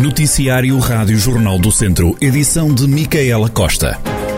Noticiário Rádio Jornal do Centro, edição de Micaela Costa.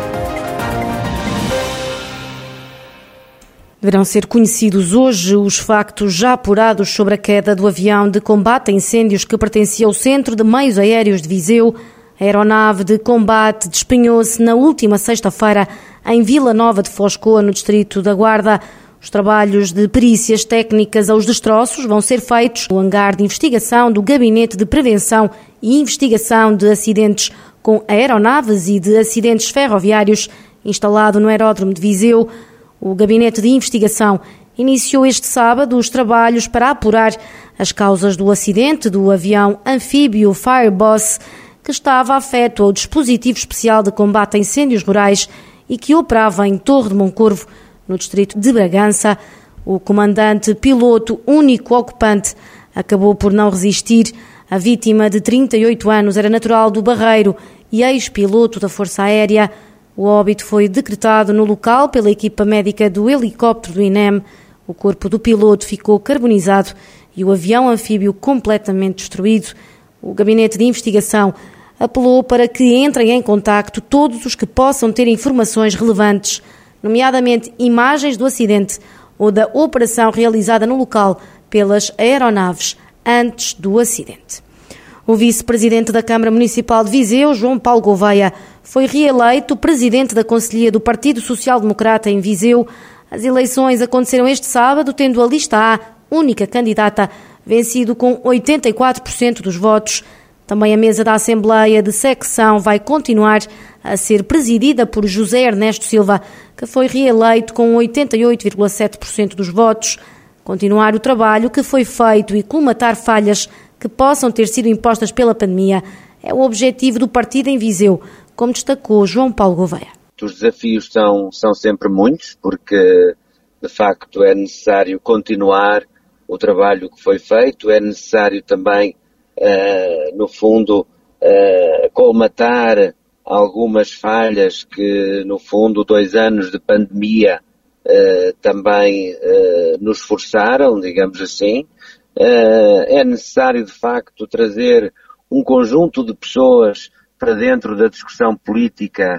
Deverão ser conhecidos hoje os factos já apurados sobre a queda do avião de combate a incêndios que pertencia ao Centro de Meios Aéreos de Viseu. A aeronave de combate despenhou-se na última sexta-feira em Vila Nova de Foscoa, no distrito da Guarda. Os trabalhos de perícias técnicas aos destroços vão ser feitos no hangar de investigação do Gabinete de Prevenção e Investigação de Acidentes com Aeronaves e de Acidentes Ferroviários, instalado no aeródromo de Viseu. O Gabinete de Investigação iniciou este sábado os trabalhos para apurar as causas do acidente do avião anfíbio Fireboss, que estava afeto ao dispositivo especial de combate a incêndios rurais e que operava em Torre de Moncorvo, no distrito de Bragança. O comandante piloto, único ocupante, acabou por não resistir. A vítima, de 38 anos, era natural do Barreiro e ex-piloto da Força Aérea. O óbito foi decretado no local pela equipa médica do helicóptero do INEM. O corpo do piloto ficou carbonizado e o avião anfíbio completamente destruído. O Gabinete de Investigação apelou para que entrem em contacto todos os que possam ter informações relevantes, nomeadamente imagens do acidente ou da operação realizada no local pelas aeronaves antes do acidente. O vice-presidente da Câmara Municipal de Viseu, João Paulo Gouveia, foi reeleito presidente da Conselhia do Partido Social Democrata em Viseu. As eleições aconteceram este sábado, tendo a lista A, única candidata, vencido com 84% dos votos. Também a mesa da Assembleia de Secção vai continuar a ser presidida por José Ernesto Silva, que foi reeleito com 88,7% dos votos. Continuar o trabalho que foi feito e colmatar falhas que possam ter sido impostas pela pandemia é o objetivo do partido em Viseu, como destacou João Paulo Gouveia. Os desafios são sempre muitos, porque de facto é necessário continuar o trabalho que foi feito, é necessário também, no fundo, colmatar algumas falhas que, no fundo, 2 anos de pandemia também nos forçaram, digamos assim. É necessário, de facto, trazer um conjunto de pessoas para dentro da discussão política,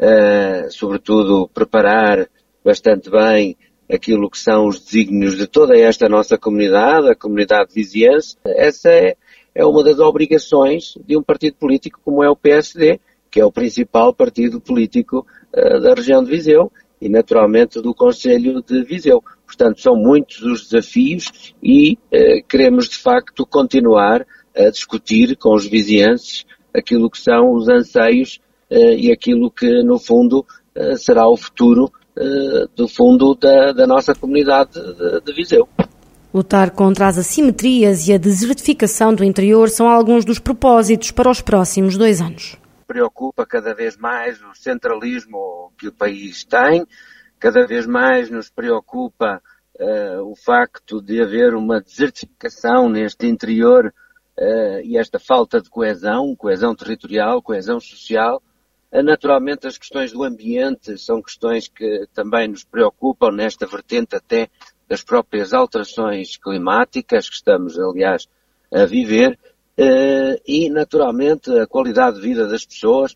sobretudo preparar bastante bem aquilo que são os desígnios de toda esta nossa comunidade, a comunidade viziense. Essa é uma das obrigações de um partido político como é o PSD, que é o principal partido político da região de Viseu e, naturalmente, do Conselho de Viseu. Portanto, são muitos os desafios e queremos, de facto, continuar a discutir com os vizienses aquilo que são os anseios e aquilo que, no fundo, será o futuro do fundo da nossa comunidade de Viseu. Lutar contra as assimetrias e a desertificação do interior são alguns dos propósitos para os próximos 2 anos. Preocupa cada vez mais o centralismo que o país tem, cada vez mais nos preocupa o facto de haver uma desertificação neste interior e esta falta de coesão territorial, coesão social. Naturalmente as questões do ambiente são questões que também nos preocupam nesta vertente até das próprias alterações climáticas que estamos, aliás, a viver. E, naturalmente, a qualidade de vida das pessoas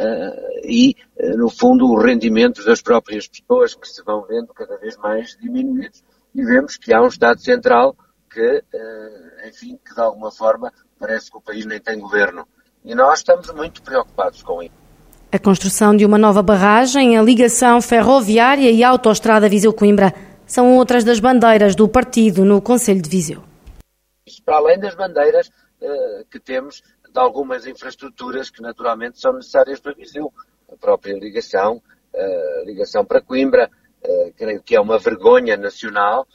e, no fundo, os rendimentos das próprias pessoas que se vão vendo cada vez mais diminuídos. E vemos que há um Estado Central que, enfim, que de alguma forma parece que o país nem tem governo. E nós estamos muito preocupados com isso. A construção de uma nova barragem, a ligação ferroviária e a autoestrada Viseu-Coimbra são outras das bandeiras do partido no Conselho de Viseu. Para além das bandeiras que temos de algumas infraestruturas que naturalmente são necessárias para Viseu. A própria ligação para Coimbra, creio que é uma vergonha nacional.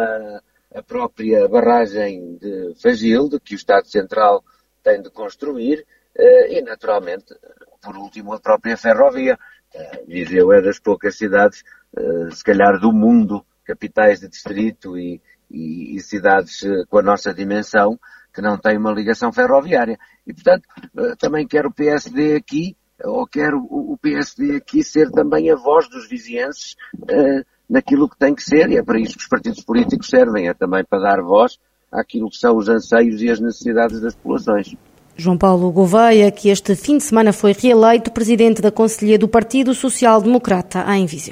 A própria barragem de Fagilde, que o Estado Central tem de construir, e naturalmente, por último, a própria ferrovia. Viseu é das poucas cidades, se calhar do mundo, capitais de distrito e cidades com a nossa dimensão, que não têm uma ligação ferroviária. E, portanto, também quero o PSD aqui, ou quero o PSD aqui ser também a voz dos vizienses naquilo que tem que ser, e é para isso que os partidos políticos servem, é também para dar voz àquilo que são os anseios e as necessidades das populações. João Paulo Gouveia, que este fim de semana foi reeleito presidente da Conselhia do Partido Social Democrata em Viseu.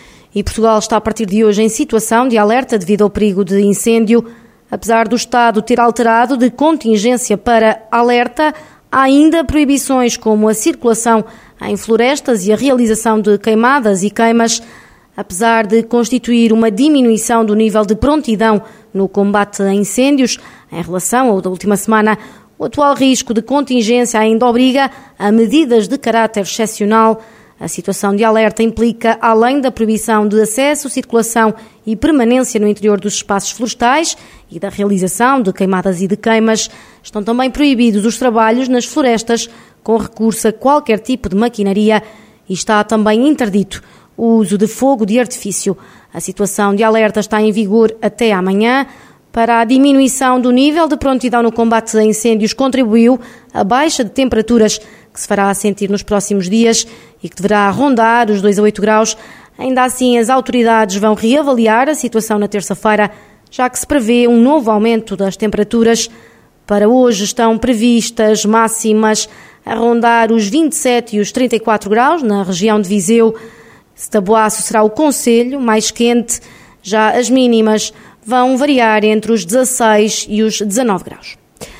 E Portugal está a partir de hoje em situação de alerta devido ao perigo de incêndio. Apesar do Estado ter alterado de contingência para alerta, há ainda proibições como a circulação em florestas e a realização de queimadas e queimas. Apesar de constituir uma diminuição do nível de prontidão no combate a incêndios, em relação ao da última semana, o atual risco de contingência ainda obriga a medidas de caráter excepcional. A situação de alerta implica, além da proibição de acesso, circulação e permanência no interior dos espaços florestais e da realização de queimadas e de queimas, estão também proibidos os trabalhos nas florestas com recurso a qualquer tipo de maquinaria e está também interdito o uso de fogo de artifício. A situação de alerta está em vigor até amanhã. Para a diminuição do nível de prontidão no combate a incêndios contribuiu a baixa de temperaturas que se fará sentir nos próximos dias e que deverá rondar os 2 a 8 graus. Ainda assim, as autoridades vão reavaliar a situação na terça-feira, já que se prevê um novo aumento das temperaturas. Para hoje estão previstas máximas a rondar os 27 e os 34 graus na região de Viseu. Taboaço será o concelho mais quente, já as mínimas vão variar entre os 16 e os 19 graus.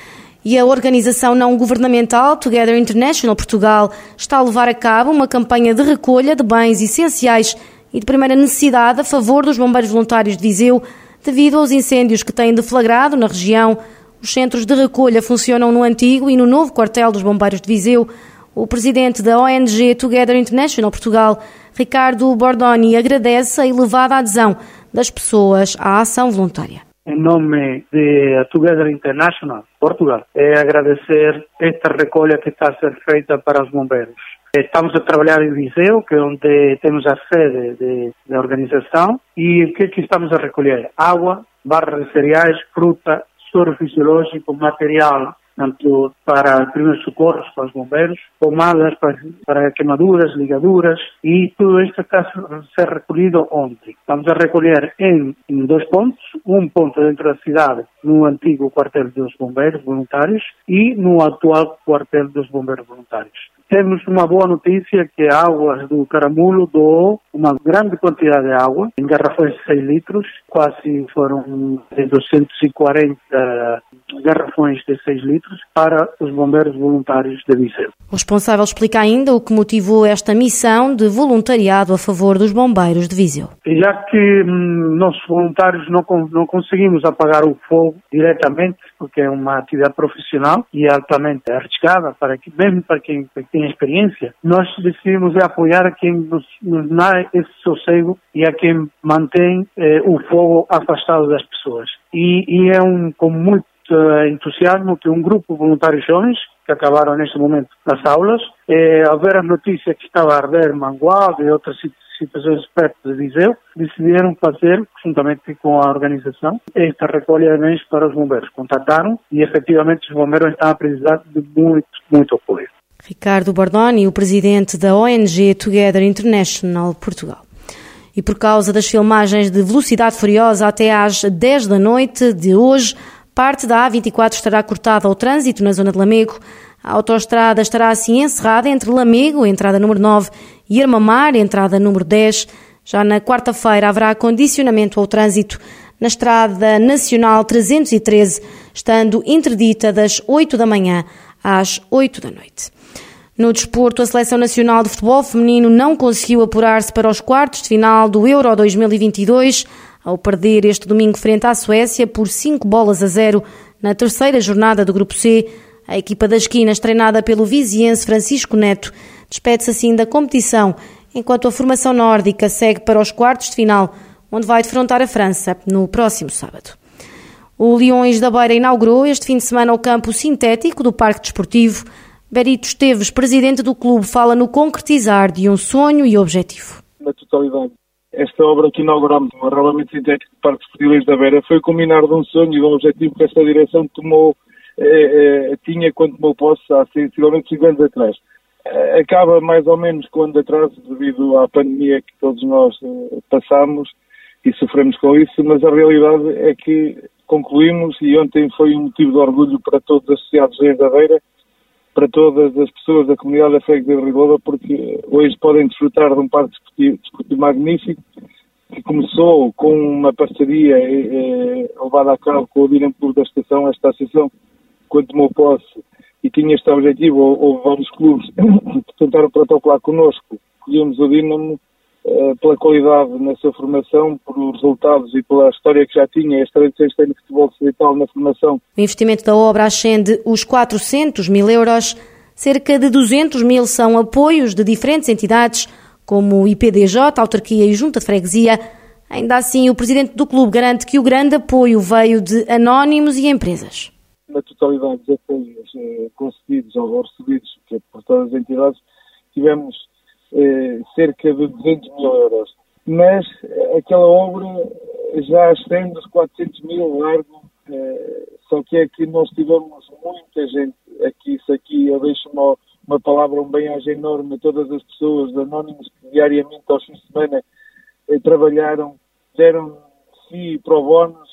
E a organização não governamental Together International Portugal está a levar a cabo uma campanha de recolha de bens essenciais e de primeira necessidade a favor dos bombeiros voluntários de Viseu, devido aos incêndios que têm deflagrado na região. Os centros de recolha funcionam no antigo e no novo quartel dos bombeiros de Viseu. O presidente da ONG Together International Portugal, Ricardo Bordoni, agradece a elevada adesão das pessoas à ação voluntária. Em nome de Together International Portugal, é agradecer esta recolha que está a ser feita para os bombeiros. Estamos a trabalhar em Viseu, que é onde temos a sede da organização, e o que é que estamos a recolher? Água, barras de cereais, fruta, soro fisiológico, material, tanto para primeiros socorros para os bombeiros, pomadas para queimaduras, ligaduras, e tudo isto está a ser recolhido ontem. Estamos a recolher em 2 pontos, um ponto dentro da cidade, no antigo quartel dos bombeiros voluntários, e no atual quartel dos bombeiros voluntários. Temos uma boa notícia, que a Águas do Caramulo doou uma grande quantidade de água, em garrafões de 6 litros, quase foram 240 garrafões de 6 litros, para os bombeiros voluntários de Viseu. O responsável explica ainda o que motivou esta missão de voluntariado a favor dos bombeiros de Viseu. Já que nossos voluntários não conseguimos apagar o fogo diretamente, porque é uma atividade profissional e altamente arriscada, mesmo para quem tem experiência, nós decidimos apoiar a quem nos dá esse sossego e a quem mantém o fogo afastado das pessoas. E é com muito entusiasmo que um grupo de voluntários jovens, que acabaram neste momento nas aulas, ao ver as notícias que estava a arder Mangualde e outras situações perto de Viseu, decidiram fazer, juntamente com a organização, esta recolha de bens para os bombeiros. Contataram e, efetivamente, os bombeiros estão a precisar de muito apoio. Ricardo Bordoni, o presidente da ONG Together International Portugal. E por causa das filmagens de Velocidade Furiosa até às 10 da noite de hoje, parte da A24 estará cortada ao trânsito na zona de Lamego. A autoestrada estará assim encerrada entre Lamego, entrada número 9, e Armamar, entrada número 10. Já na quarta-feira haverá condicionamento ao trânsito na Estrada Nacional 313, estando interdita das 8 da manhã às 8 da noite. No desporto, a Seleção Nacional de Futebol Feminino não conseguiu apurar-se para os quartos de final do Euro 2022, ao perder este domingo frente à Suécia por 5-0 na terceira jornada do Grupo C. A equipa das Quinas, treinada pelo viziense Francisco Neto, despede-se assim da competição, enquanto a formação nórdica segue para os quartos de final, onde vai defrontar a França no próximo sábado. O Leões da Beira inaugurou este fim de semana o campo sintético do Parque Desportivo. Berito Esteves, presidente do clube, fala no concretizar de um sonho e objetivo. Na totalidade, esta obra que inauguramos, o arrolamento sintético do Parque Desportivo Leões da Beira, foi culminar de um sonho e de um objetivo que esta direção tinha quando tomou posse há sensivelmente 5 anos atrás. Acaba mais ou menos com um ano de atraso devido à pandemia que todos nós passamos e sofremos com isso, mas a realidade é que concluímos, e ontem foi um motivo de orgulho para todos os associados de Leões da Beira, para todas as pessoas da comunidade da Freguesia de Rio de Loba, porque hoje podem desfrutar de um parque desportivo magnífico, que começou com uma parceria levada a cabo com o Dinamo Clube da Estação. Esta associação, quando tomou posse e tinha este objetivo, houve vários clubes que tentaram protocolar connosco. Escolhemos o Dinamo pela qualidade na sua formação, por resultados e pela história que já tinha, as tradições que tem no futebol distrital na formação. O investimento da obra ascende os 400 mil euros, cerca de 200 mil são apoios de diferentes entidades, como o IPDJ, Autarquia e Junta de Freguesia. Ainda assim, o presidente do clube garante que o grande apoio veio de anónimos e empresas. Na totalidade dos apoios concedidos ou recebidos por todas as entidades, tivemos cerca de 200 mil euros. Mas aquela obra já ascende os 400 mil largo, só que é que nós tivemos muita gente aqui. Isso aqui eu deixo uma palavra, um bem-aja enorme a todas as pessoas anónimos que diariamente aos fins de semana trabalharam, deram-se pro bonos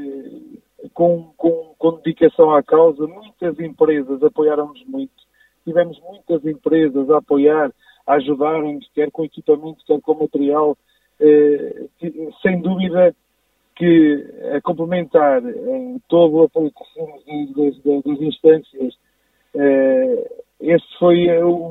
com dedicação à causa. Muitas empresas apoiaram-nos muito. Tivemos muitas empresas a apoiar, a ajudarem-nos, quer com equipamento, quer com material. Sem dúvida que a complementar todo o apoio das instâncias, esse foi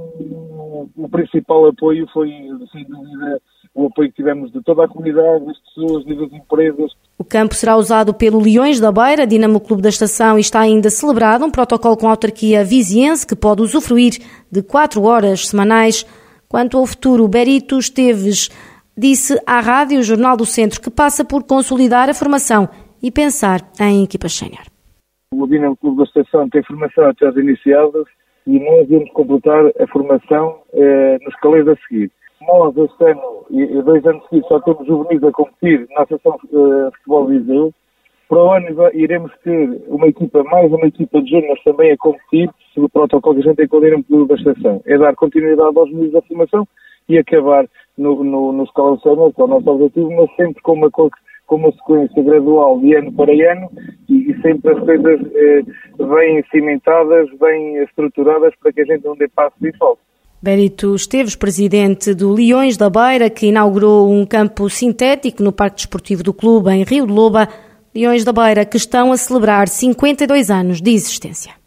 o principal apoio, foi sem dúvida o apoio que tivemos de toda a comunidade, das pessoas e das empresas. O campo será usado pelo Leões da Beira, Dinamo Clube da Estação, e está ainda celebrado um protocolo com a autarquia viziense que pode usufruir de 4 horas semanais. Quanto ao futuro, Berito Esteves disse à Rádio Jornal do Centro que passa por consolidar a formação e pensar em equipas sénior. O Dinamo Clube da Estação tem formação até as iniciadas e nós vamos completar a formação nos calês a seguir. Nós, este ano e 2 anos seguidos, só temos juvenis a competir na Associação Futebol Viseu. Para o ano iremos ter mais uma equipa de júniores também a competir, sobre o protocolo que a gente tem com o Dinamo Clube da Estação. É dar continuidade aos meninos da formação e acabar no escalão sénior, que é o nosso objetivo, mas sempre com uma sequência gradual de ano para ano e sempre as coisas bem cimentadas, bem estruturadas, para que a gente não dê passos em falso. Berito Esteves, presidente do Leões da Beira, que inaugurou um campo sintético no Parque Desportivo do Clube, em Rio de Loba. Leões da Beira, que estão a celebrar 52 anos de existência.